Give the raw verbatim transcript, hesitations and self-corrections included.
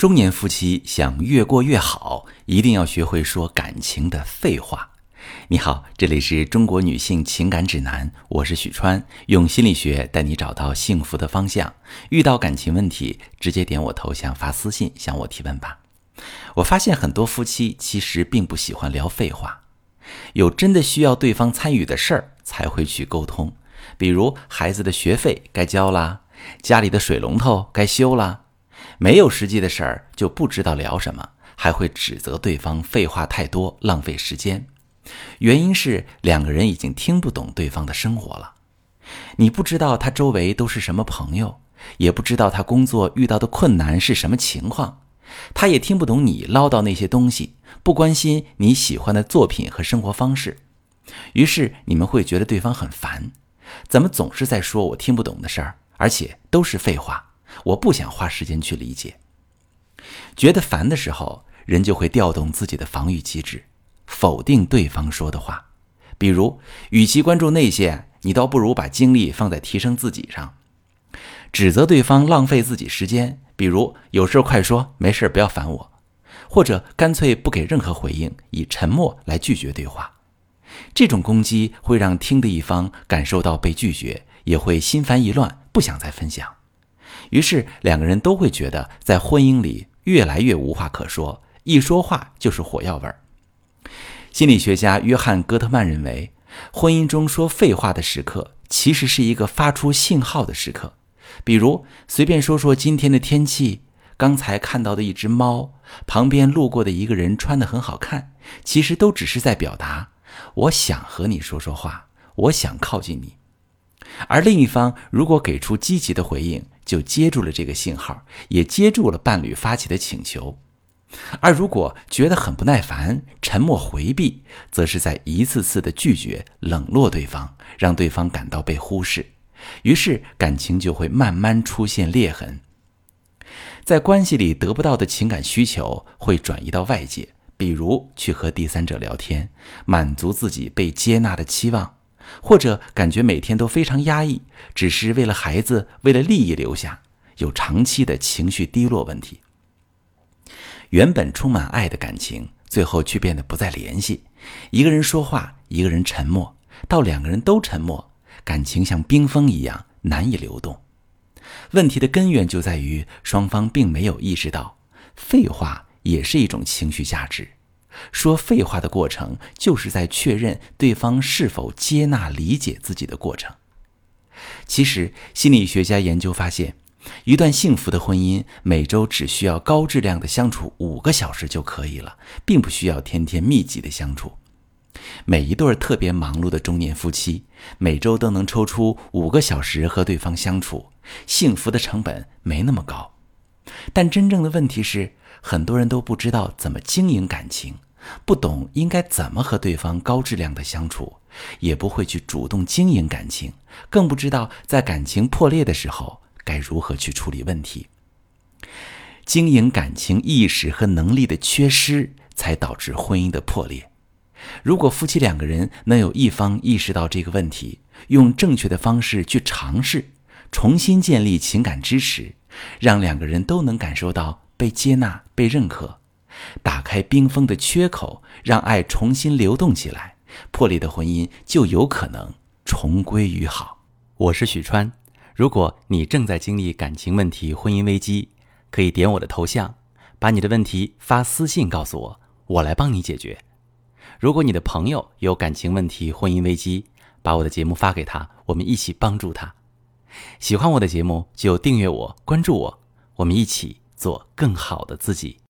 中年夫妻想越过越好，一定要学会说感情的废话。你好，这里是中国女性情感指南，我是许川，用心理学带你找到幸福的方向。遇到感情问题，直接点我头像发私信向我提问吧。我发现很多夫妻其实并不喜欢聊废话，有真的需要对方参与的事儿才会去沟通，比如孩子的学费该交啦，家里的水龙头该修啦。没有实际的事儿就不知道聊什么，还会指责对方废话太多，浪费时间。原因是两个人已经听不懂对方的生活了。你不知道他周围都是什么朋友，也不知道他工作遇到的困难是什么情况，他也听不懂你唠叨那些东西，不关心你喜欢的作品和生活方式。于是你们会觉得对方很烦，怎么总是在说我听不懂的事儿，而且都是废话，我不想花时间去理解。觉得烦的时候，人就会调动自己的防御机制，否定对方说的话。比如，与其关注那些，你倒不如把精力放在提升自己上。指责对方浪费自己时间，比如有事快说，没事不要烦我。或者干脆不给任何回应，以沉默来拒绝对话。这种攻击会让听的一方感受到被拒绝，也会心烦意乱，不想再分享。于是两个人都会觉得在婚姻里越来越无话可说，一说话就是火药味儿。心理学家约翰·戈特曼认为，婚姻中说废话的时刻其实是一个发出信号的时刻。比如随便说说今天的天气，刚才看到的一只猫，旁边路过的一个人穿得很好看，其实都只是在表达我想和你说说话，我想靠近你。而另一方如果给出积极的回应，就接住了这个信号，也接住了伴侣发起的请求。而如果觉得很不耐烦，沉默回避，则是在一次次的拒绝，冷落对方，让对方感到被忽视。于是感情就会慢慢出现裂痕。在关系里得不到的情感需求会转移到外界，比如去和第三者聊天，满足自己被接纳的期望，或者感觉每天都非常压抑，只是为了孩子，为了利益留下，有长期的情绪低落问题。原本充满爱的感情，最后却变得不再联系。一个人说话，一个人沉默，到两个人都沉默，感情像冰封一样难以流动。问题的根源就在于双方并没有意识到，废话也是一种情绪价值。说废话的过程，就是在确认对方是否接纳理解自己的过程。其实心理学家研究发现，一段幸福的婚姻每周只需要高质量的相处五个小时就可以了，并不需要天天密集的相处。每一对特别忙碌的中年夫妻，每周都能抽出五个小时和对方相处，幸福的成本没那么高。但真正的问题是，很多人都不知道怎么经营感情，不懂应该怎么和对方高质量的相处，也不会去主动经营感情，更不知道在感情破裂的时候该如何去处理问题。经营感情意识和能力的缺失，才导致婚姻的破裂。如果夫妻两个人能有一方意识到这个问题，用正确的方式去尝试，重新建立情感支持，让两个人都能感受到被接纳、被认可，打开冰封的缺口，让爱重新流动起来，破裂的婚姻就有可能重归于好。我是许川，如果你正在经历感情问题、婚姻危机，可以点我的头像，把你的问题发私信告诉我，我来帮你解决。如果你的朋友有感情问题、婚姻危机，把我的节目发给他，我们一起帮助他。喜欢我的节目就订阅我、关注我，我们一起做更好的自己。